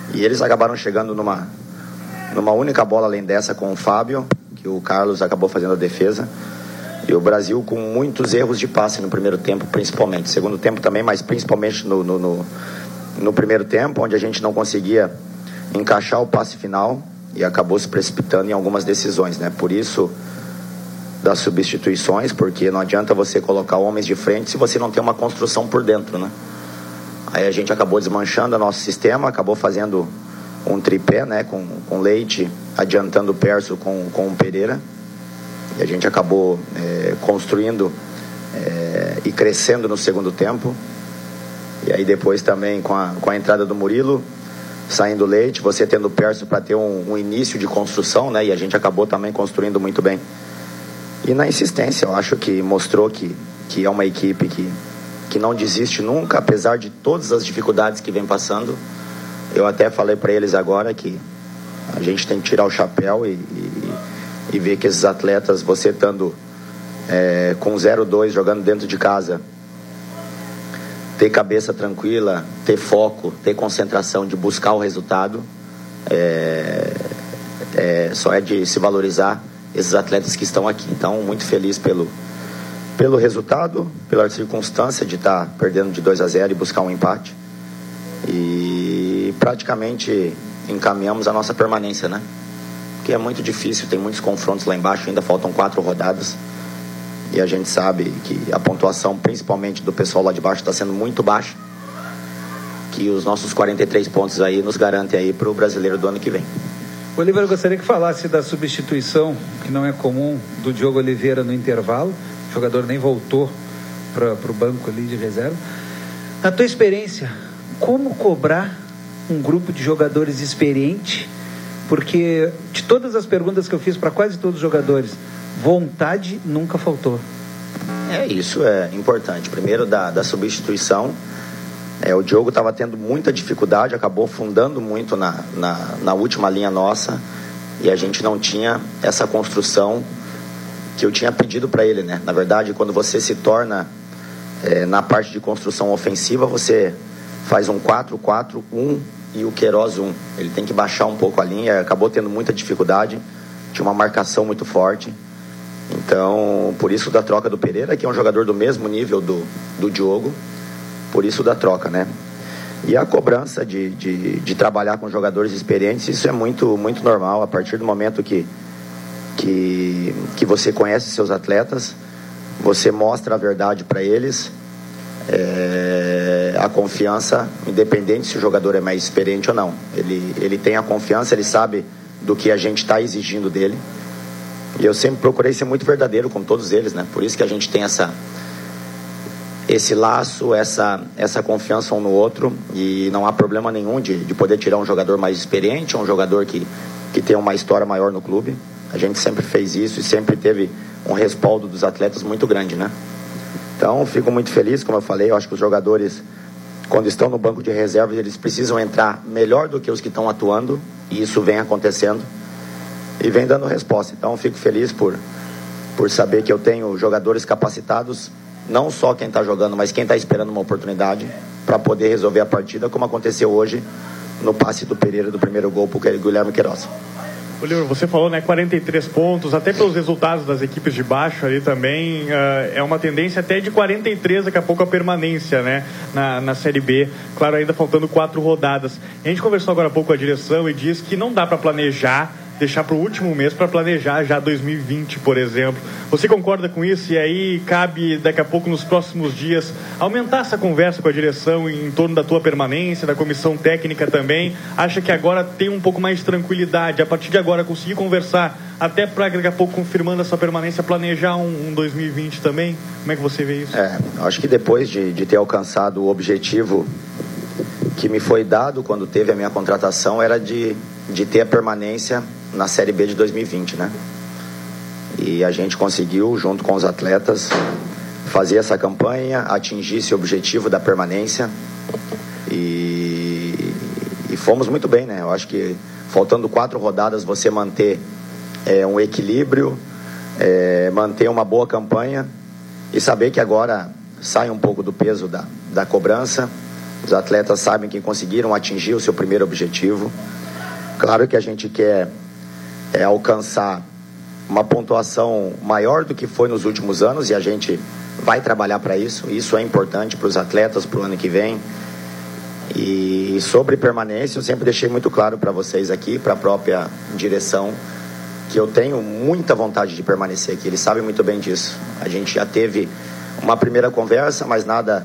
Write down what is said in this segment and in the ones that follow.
E eles acabaram chegando numa única bola além dessa com o Fábio, que o Carlos acabou fazendo a defesa. E o Brasil com muitos erros de passe no primeiro tempo, principalmente. Segundo tempo também, mas principalmente no primeiro tempo, onde a gente não conseguia encaixar o passe final e acabou se precipitando em algumas decisões, né? Por isso das substituições, porque não adianta você colocar homens de frente se você não tem uma construção por dentro, né? Aí a gente acabou desmanchando o nosso sistema, acabou fazendo um tripé, né, com Leite adiantando o Perso com o Pereira, e a gente acabou construindo e crescendo no segundo tempo. E aí depois também com a entrada do Murilo, saindo Leite, você tendo o Perso para ter um início de construção, né, e a gente acabou também construindo muito bem. E na insistência, eu acho que mostrou que é uma equipe que não desiste nunca, apesar de todas as dificuldades que vem passando. Eu até falei para eles agora que a gente tem que tirar o chapéu e ver que esses atletas, você estando com 0-2 jogando dentro de casa, ter cabeça tranquila, ter foco, ter concentração de buscar o resultado, só é de se valorizar esses atletas que estão aqui. Então, muito feliz pelo resultado, pela circunstância de estar perdendo de 2-0 e buscar um empate. E praticamente encaminhamos a nossa permanência, né? Porque é muito difícil, tem muitos confrontos lá embaixo, ainda faltam 4 rodadas. E a gente sabe que a pontuação, principalmente do pessoal lá de baixo, está sendo muito baixa. Que os nossos 43 pontos aí nos garantem aí para o brasileiro do ano que vem. Oliveira, eu gostaria que falasse da substituição, que não é comum, do Diogo Oliveira no intervalo. O jogador nem voltou para o banco ali de reserva. Na tua experiência, como cobrar um grupo de jogadores experiente? Porque de todas as perguntas que eu fiz para quase todos os jogadores, vontade nunca faltou. Isso é importante. Primeiro da substituição. O Diogo estava tendo muita dificuldade, acabou fundando muito na última linha nossa, e a gente não tinha essa construção que eu tinha pedido para ele, né? Na verdade, quando você se torna na parte de construção ofensiva, você faz um 4-4-1 e o Queiroz 1. Ele tem que baixar um pouco a linha, acabou tendo muita dificuldade, tinha uma marcação muito forte. Então, por isso da troca do Pereira, que é um jogador do mesmo nível do Diogo, por isso da troca, né? E a cobrança de trabalhar com jogadores experientes, isso é muito, muito normal. A partir do momento que você conhece seus atletas, você mostra a verdade para eles, a confiança, independente se o jogador é mais experiente ou não. Ele tem a confiança, ele sabe do que a gente está exigindo dele. E eu sempre procurei ser muito verdadeiro com todos eles, né? Por isso que a gente tem esse laço, essa confiança um no outro, e não há problema nenhum de poder tirar um jogador mais experiente, um jogador que tem uma história maior no clube. A gente sempre fez isso e sempre teve um respaldo dos atletas muito grande, né? Então, fico muito feliz, como eu falei. Eu acho que os jogadores, quando estão no banco de reservas, eles precisam entrar melhor do que os que estão atuando, e isso vem acontecendo e vem dando resposta. Então, fico feliz por saber que eu tenho jogadores capacitados, não só quem está jogando, mas quem está esperando uma oportunidade para poder resolver a partida, como aconteceu hoje no passe do Pereira do primeiro gol para o Guilherme Queiroz. Oliver, você falou, né, 43 pontos, até pelos resultados das equipes de baixo ali também, é uma tendência até de 43, daqui a pouco a permanência, né, na Série B, claro, ainda faltando 4 rodadas. A gente conversou agora há pouco com a direção e disse que não dá para planejar, deixar para o último mês para planejar já 2020, por exemplo. Você concorda com isso? E aí cabe daqui a pouco, nos próximos dias, aumentar essa conversa com a direção em torno da tua permanência, da comissão técnica também? Acha que agora tem um pouco mais de tranquilidade, a partir de agora conseguir conversar, até para daqui a pouco, confirmando a sua permanência, planejar um 2020 também? Como é que você vê isso? Acho que depois de ter alcançado o objetivo que me foi dado quando teve a minha contratação, era de ter a permanência na Série B de 2020, né? E a gente conseguiu, junto com os atletas, fazer essa campanha, atingir esse objetivo da permanência, e fomos muito bem, né? Eu acho que faltando 4 rodadas, você manter um equilíbrio, manter uma boa campanha e saber que agora sai um pouco do peso da cobrança, Os atletas sabem que conseguiram atingir o seu primeiro objetivo. Claro que a gente quer alcançar uma pontuação maior do que foi nos últimos anos, e a gente vai trabalhar para isso. Isso é importante para os atletas para o ano que vem. E sobre permanência, eu sempre deixei muito claro para vocês aqui, para a própria direção, que eu tenho muita vontade de permanecer aqui. Eles sabem muito bem disso. A gente já teve uma primeira conversa, mas nada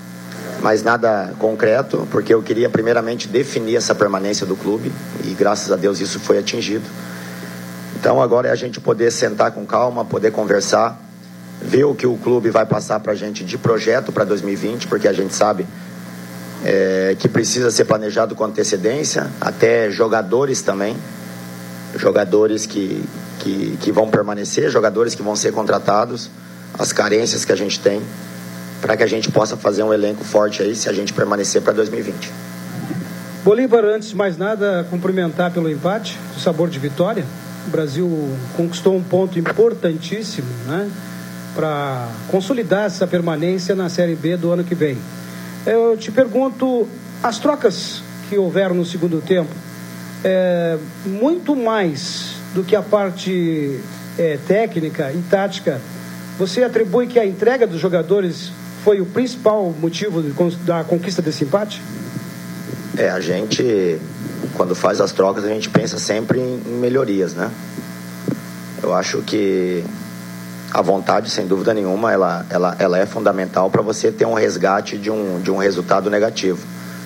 concreto, porque eu queria primeiramente definir essa permanência do clube, e graças a Deus isso foi atingido. Então agora é a gente poder sentar com calma, poder conversar, ver o que o clube vai passar para a gente de projeto para 2020, porque a gente sabe que precisa ser planejado com antecedência, até jogadores também, jogadores que vão permanecer, jogadores que vão ser contratados, as carências que a gente tem, para que a gente possa fazer um elenco forte aí, se a gente permanecer para 2020. Bolívar, antes de mais nada, cumprimentar pelo empate, o sabor de vitória. O Brasil conquistou um ponto importantíssimo, né, para consolidar essa permanência na Série B do ano que vem. Eu te pergunto, as trocas que houveram no segundo tempo, muito mais do que a parte técnica e tática, você atribui que a entrega dos jogadores foi o principal motivo da conquista desse empate? A gente, quando faz as trocas, a gente pensa sempre em melhorias, né? Eu acho que a vontade, sem dúvida nenhuma, ela é fundamental para você ter um resgate de um resultado negativo.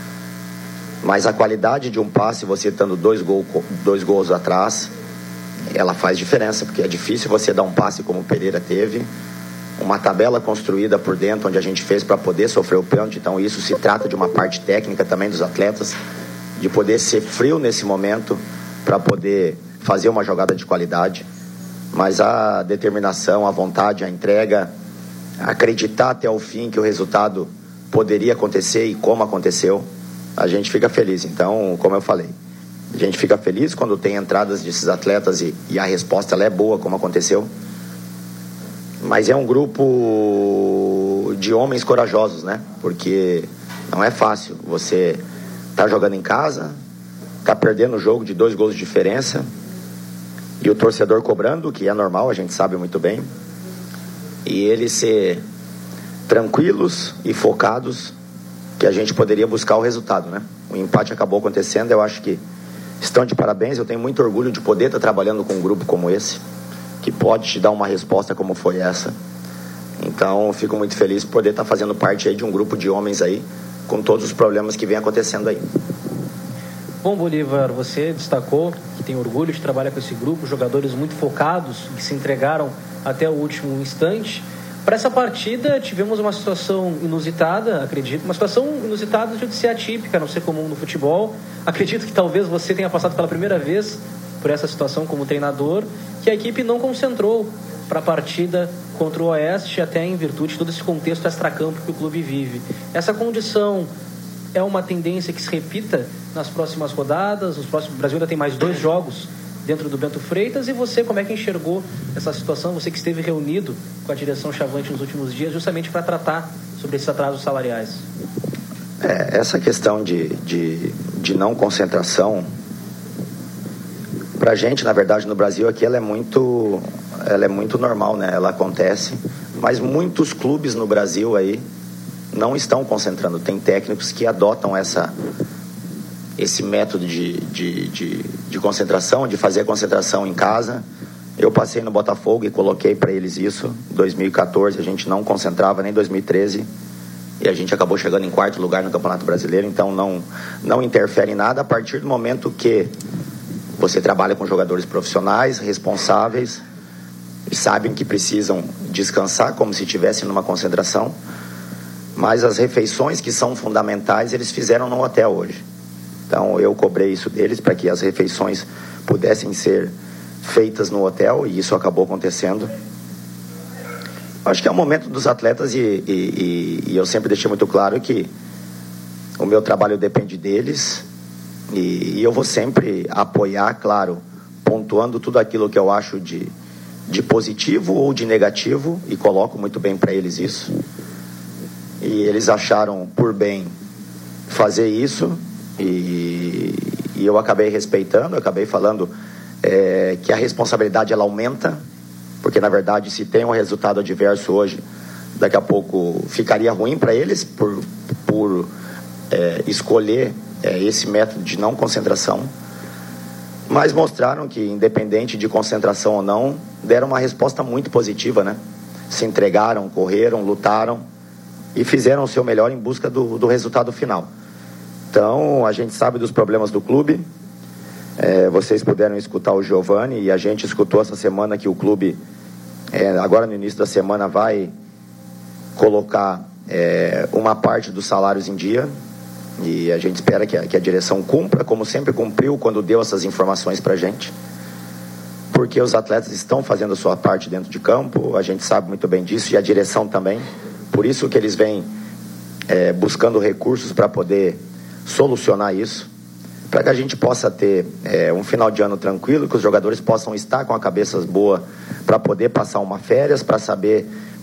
Mas a qualidade de um passe, você estando dois gols atrás, ela faz diferença, porque é difícil você dar um passe como o Pereira teve, uma tabela construída por dentro, onde a gente fez para poder sofrer o pênalti. Então isso se trata de uma parte técnica também dos atletas, de poder ser frio nesse momento para poder fazer uma jogada de qualidade. Mas a determinação, a vontade, a entrega, acreditar até o fim que o resultado poderia acontecer e como aconteceu, a gente fica feliz. Então, como eu falei, a gente fica feliz quando tem entradas desses atletas e a resposta ela é boa, como aconteceu. Mas é um grupo de homens corajosos, né? Porque não é fácil. Você tá jogando em casa, tá perdendo o jogo de 2 gols de diferença, e o torcedor cobrando, que é normal, a gente sabe muito bem, e eles ser tranquilos e focados, que a gente poderia buscar o resultado, né? O empate acabou acontecendo, eu acho que estão de parabéns. Eu tenho muito orgulho de poder estar trabalhando com um grupo como esse, que pode te dar uma resposta como foi essa. Então, fico muito feliz por poder estar fazendo parte aí de um grupo de homens aí, com todos os problemas que vem acontecendo aí. Bom, Bolívar, você destacou que tem orgulho de trabalhar com esse grupo, jogadores muito focados, que se entregaram até o último instante. Para essa partida, tivemos uma situação inusitada, acredito, uma situação inusitada de ser atípica, não ser comum no futebol. Acredito que talvez você tenha passado pela primeira vez por essa situação como treinador, que a equipe não concentrou para a partida contra o Oeste, até em virtude de todo esse contexto extracampo que o clube vive. Essa condição é uma tendência que se repita nas próximas rodadas? O Brasil ainda tem mais 2 jogos dentro do Bento Freitas, e você, como é que enxergou essa situação? Você que esteve reunido com a direção Chavante nos últimos dias, justamente para tratar sobre esses atrasos salariais. Essa questão de não concentração, pra gente, na verdade, no Brasil aqui, ela é muito normal, né? Ela acontece, mas muitos clubes no Brasil aí não estão concentrando. Tem técnicos que adotam esse método de concentração, de fazer a concentração em casa. Eu passei no Botafogo e coloquei para eles isso. Em 2014 a gente não concentrava, nem em 2013, e a gente acabou chegando em 4º lugar no Campeonato Brasileiro. Então não interfere em nada a partir do momento que você trabalha com jogadores profissionais, responsáveis, e sabem que precisam descansar como se estivessem numa concentração. Mas as refeições que são fundamentais, eles fizeram no hotel hoje. Então eu cobrei isso deles para que as refeições pudessem ser feitas no hotel, e isso acabou acontecendo. Acho que é o momento dos atletas, e eu sempre deixei muito claro que o meu trabalho depende deles, e eu vou sempre apoiar, claro, pontuando tudo aquilo que eu acho de positivo ou de negativo, e coloco muito bem para eles isso. E eles acharam por bem fazer isso e eu acabei respeitando, eu acabei falando que a responsabilidade ela aumenta, porque na verdade se tem um resultado adverso hoje, daqui a pouco ficaria ruim para eles por escolher esse método de não concentração, mas mostraram que independente de concentração ou não, deram uma resposta muito positiva, né? Se entregaram, correram, lutaram e fizeram o seu melhor em busca do resultado final. Então, a gente sabe dos problemas do clube. Vocês puderam escutar o Giovani e a gente escutou essa semana que o clube, agora no início da semana, vai colocar uma parte dos salários em dia. E a gente espera que a direção cumpra, como sempre cumpriu quando deu essas informações para a gente. Porque os atletas estão fazendo a sua parte dentro de campo, a gente sabe muito bem disso, e a direção também. Por isso que eles vêm buscando recursos para poder solucionar isso, para que a gente possa ter um final de ano tranquilo, que os jogadores possam estar com a cabeça boa para poder passar uma férias, para saber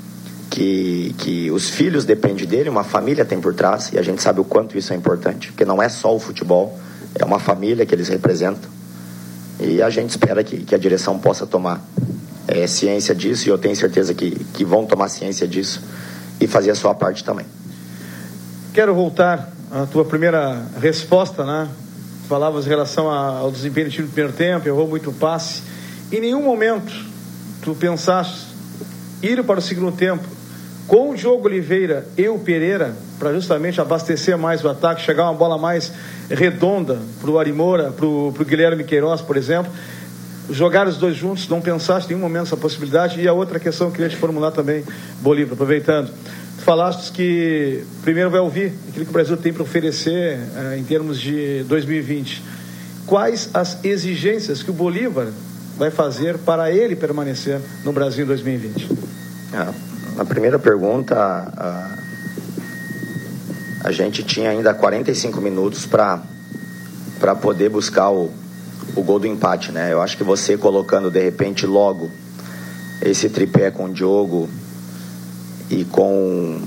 que os filhos dependem dele, uma família tem por trás, e a gente sabe o quanto isso é importante, porque não é só o futebol, é uma família que eles representam, e a gente espera que a direção possa tomar ciência disso, e eu tenho certeza que vão tomar ciência disso e fazer a sua parte também. Quero voltar à tua primeira resposta, né? Falavas em relação ao desempenho do time do primeiro tempo, errou muito passe. Em nenhum momento tu pensaste ir para o segundo tempo com o Diogo Oliveira e o Pereira para justamente abastecer mais o ataque, chegar uma bola mais redonda para o Arimora, para o Guilherme Queiroz, por exemplo, jogar os dois juntos? Não pensaste em nenhum momento essa possibilidade? E a outra questão que eu queria te formular também, Bolívar, aproveitando, tu falaste que primeiro vai ouvir aquilo que o Brasil tem para oferecer em termos de 2020. Quais as exigências que o Bolívar vai fazer para ele permanecer no Brasil em 2020? Na primeira pergunta, a gente tinha ainda 45 minutos para poder buscar o gol do empate, né? Eu acho que você colocando de repente logo esse tripé com o Diogo e com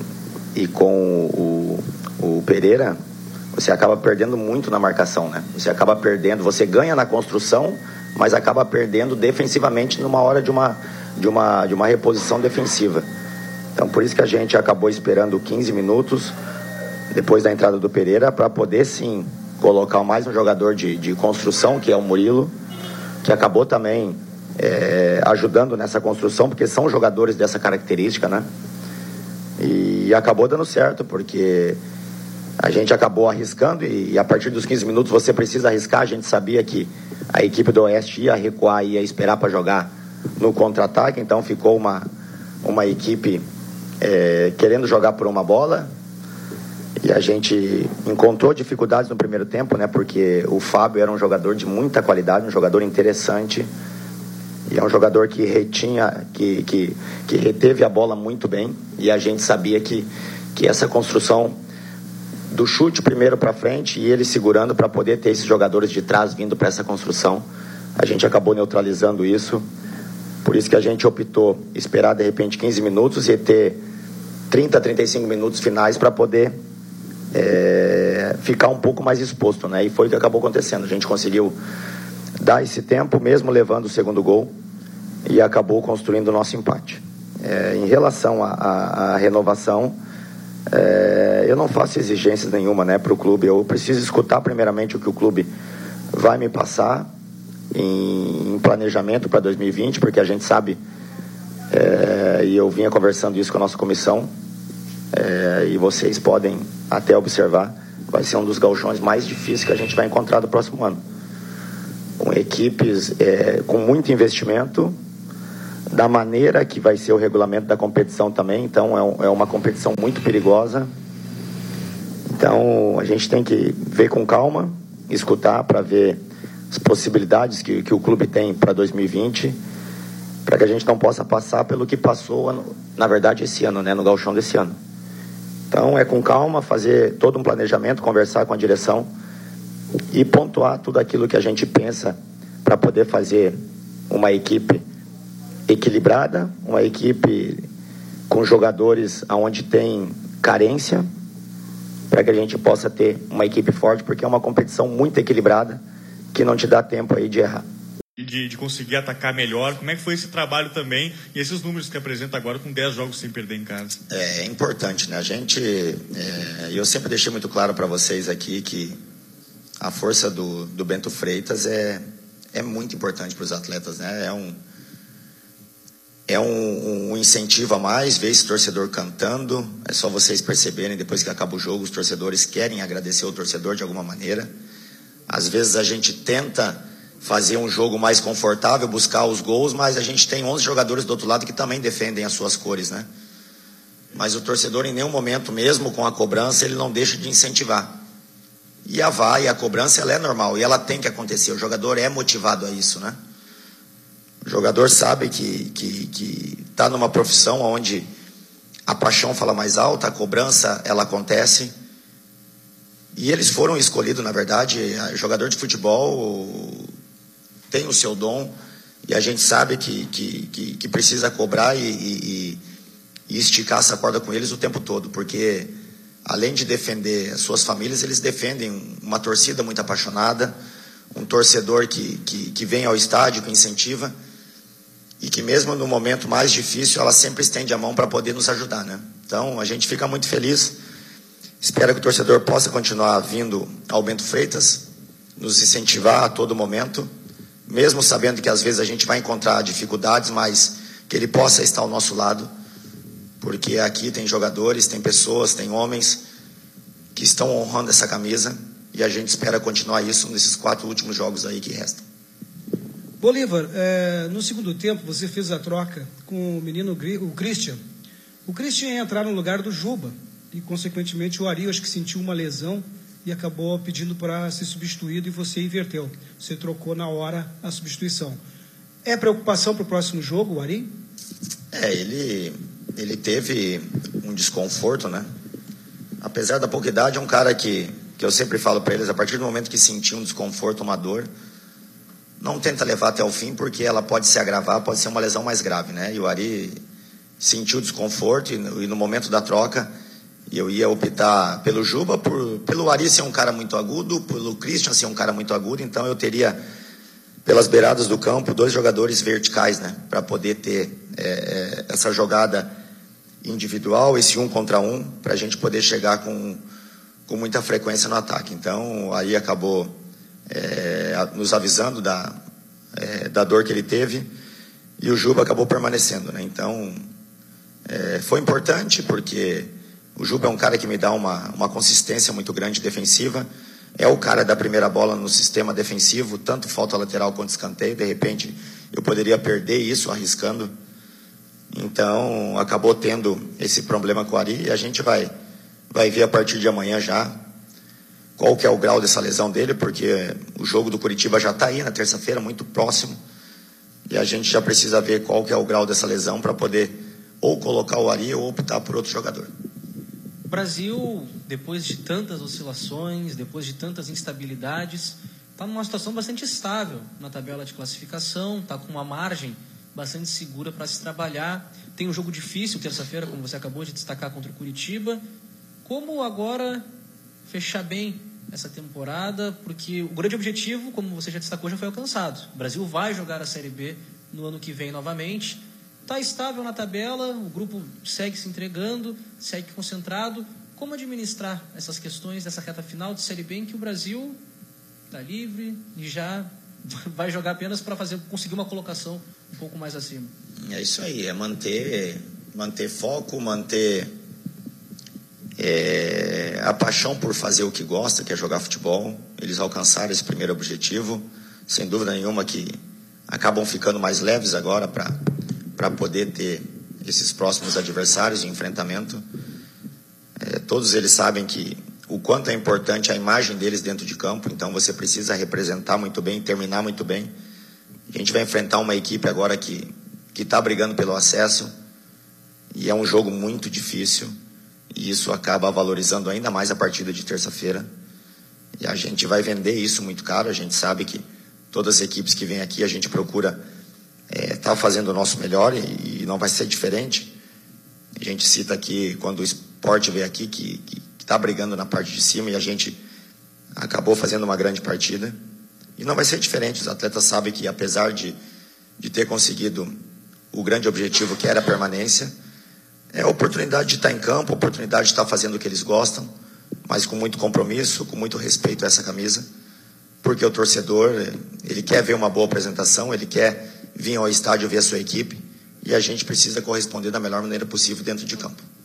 o Pereira, você acaba perdendo muito na marcação, né? Você acaba perdendo, você ganha na construção, mas acaba perdendo defensivamente numa hora de uma reposição defensiva. Então por isso que a gente acabou esperando 15 minutos depois da entrada do Pereira para poder sim colocar mais um jogador de construção, que é o Murilo, que acabou também ajudando nessa construção, porque são jogadores dessa característica, né? E acabou dando certo, porque a gente acabou arriscando e a partir dos 15 minutos você precisa arriscar. A gente sabia que a equipe do Oeste ia recuar, ia esperar para jogar no contra-ataque, então ficou uma equipe querendo jogar por uma bola. E a gente encontrou dificuldades no primeiro tempo, né? Porque o Fábio era um jogador de muita qualidade, um jogador interessante. E é um jogador que reteve a bola muito bem. E a gente sabia que essa construção do chute primeiro para frente e ele segurando para poder ter esses jogadores de trás vindo para essa construção, a gente acabou neutralizando isso. Por isso que a gente optou esperar de repente 15 minutos e ter 30, 35 minutos finais para poder ficar um pouco mais exposto, né? E foi o que acabou acontecendo. A gente conseguiu dar esse tempo mesmo levando o segundo gol e acabou construindo o nosso empate. Em relação à renovação, eu não faço exigências nenhuma, né, para o clube. Eu preciso escutar primeiramente o que o clube vai me passar em planejamento para 2020, porque a gente sabe, e eu vinha conversando isso com a nossa comissão, e vocês podem até observar, vai ser um dos gauchões mais difíceis que a gente vai encontrar no próximo ano, com equipes com muito investimento, da maneira que vai ser o regulamento da competição também. Então é uma competição muito perigosa. Então a gente tem que ver com calma, escutar para ver as possibilidades que o clube tem para 2020, para que a gente não possa passar pelo que passou, na verdade, esse ano, né, no gauchão desse ano. Então é com calma, fazer todo um planejamento, conversar com a direção e pontuar tudo aquilo que a gente pensa para poder fazer uma equipe equilibrada, uma equipe com jogadores onde tem carência para que a gente possa ter uma equipe forte, porque é uma competição muito equilibrada, que não te dá tempo aí de errar. De conseguir atacar melhor, como é que foi esse trabalho também e esses números que apresenta agora com 10 jogos sem perder em casa? É importante, né? A gente, eu sempre deixei muito claro para vocês aqui que a força do Bento Freitas é muito importante para os atletas, né? É um incentivo a mais ver esse torcedor cantando. É só vocês perceberem, depois que acaba o jogo, os torcedores querem agradecer o torcedor de alguma maneira. Às vezes a gente tenta fazer um jogo mais confortável, buscar os gols, mas a gente tem 11 jogadores do outro lado que também defendem as suas cores, né? Mas o torcedor em nenhum momento, mesmo com a cobrança, ele não deixa de incentivar. E a cobrança ela é normal e ela tem que acontecer. O jogador é motivado a isso, né? O jogador sabe que está numa profissão onde a paixão fala mais alta, a cobrança ela acontece. E eles foram escolhidos, na verdade, jogador de futebol tem o seu dom e a gente sabe que precisa cobrar e esticar essa corda com eles o tempo todo, porque além de defender as suas famílias, eles defendem uma torcida muito apaixonada, um torcedor que vem ao estádio, que incentiva e que mesmo no momento mais difícil ela sempre estende a mão para poder nos ajudar, né? Então a gente fica muito feliz. Espero que o torcedor possa continuar vindo ao Bento Freitas, nos incentivar a todo momento, mesmo sabendo que às vezes a gente vai encontrar dificuldades, mas que ele possa estar ao nosso lado, porque aqui tem jogadores, tem pessoas, tem homens que estão honrando essa camisa e a gente espera continuar isso nesses 4 últimos jogos aí que restam. Bolívar, no segundo tempo você fez a troca com o menino, o Christian. O Christian ia entrar no lugar do Juba. E, consequentemente, o Ari, eu acho que sentiu uma lesão e acabou pedindo para ser substituído e você inverteu. Você trocou na hora a substituição. É preocupação para o próximo jogo, o Ari? Ele teve um desconforto, né? Apesar da pouca idade, é um cara que eu sempre falo para eles, a partir do momento que sentir um desconforto, uma dor, não tenta levar até o fim, porque ela pode se agravar, pode ser uma lesão mais grave, né? E o Ari sentiu desconforto e no momento da troca eu ia optar pelo Juba, pelo Ari ser um cara muito agudo, pelo Christian ser um cara muito agudo, então eu teria pelas beiradas do campo 2 jogadores verticais, né, para poder ter essa jogada individual, esse 1 contra 1, para a gente poder chegar com muita frequência no ataque. Então aí acabou nos avisando da dor que ele teve e o Juba acabou permanecendo, né? Então foi importante porque o Juba é um cara que me dá uma consistência muito grande defensiva. É o cara da primeira bola no sistema defensivo, tanto falta lateral quanto escanteio. De repente, eu poderia perder isso arriscando. Então, acabou tendo esse problema com o Ari. E a gente vai ver a partir de amanhã já qual que é o grau dessa lesão dele, porque o jogo do Curitiba já está aí na terça-feira, muito próximo. E a gente já precisa ver qual que é o grau dessa lesão para poder ou colocar o Ari ou optar por outro jogador. O Brasil, depois de tantas oscilações, depois de tantas instabilidades, está numa situação bastante estável na tabela de classificação, está com uma margem bastante segura para se trabalhar. Tem um jogo difícil, terça-feira, como você acabou de destacar, contra o Curitiba. Como agora fechar bem essa temporada? Porque o grande objetivo, como você já destacou, já foi alcançado. O Brasil vai jogar a Série B no ano que vem novamente. Está estável na tabela, o grupo segue se entregando, segue concentrado. Como administrar essas questões dessa reta final de Série B em que o Brasil está livre e já vai jogar apenas para conseguir uma colocação um pouco mais acima? É isso aí, é manter foco, manter a paixão por fazer o que gosta, que é jogar futebol. Eles alcançaram esse primeiro objetivo, sem dúvida nenhuma que acabam ficando mais leves agora para poder ter esses próximos adversários de enfrentamento. Todos eles sabem que o quanto é importante a imagem deles dentro de campo, então você precisa representar muito bem, terminar muito bem. A gente vai enfrentar uma equipe agora que está brigando pelo acesso e é um jogo muito difícil e isso acaba valorizando ainda mais a partida de terça-feira. E a gente vai vender isso muito caro. A gente sabe que todas as equipes que vêm aqui a gente procura tá fazendo o nosso melhor e não vai ser diferente. A gente cita aqui, quando o Sport veio aqui, que está brigando na parte de cima e a gente acabou fazendo uma grande partida. E não vai ser diferente, os atletas sabem que apesar de ter conseguido o grande objetivo que era a permanência, é a oportunidade de estar em campo, a oportunidade de estar fazendo o que eles gostam, mas com muito compromisso, com muito respeito a essa camisa, porque o torcedor, ele quer ver uma boa apresentação, ele quer vir ao estádio ver a sua equipe, e a gente precisa corresponder da melhor maneira possível dentro de campo.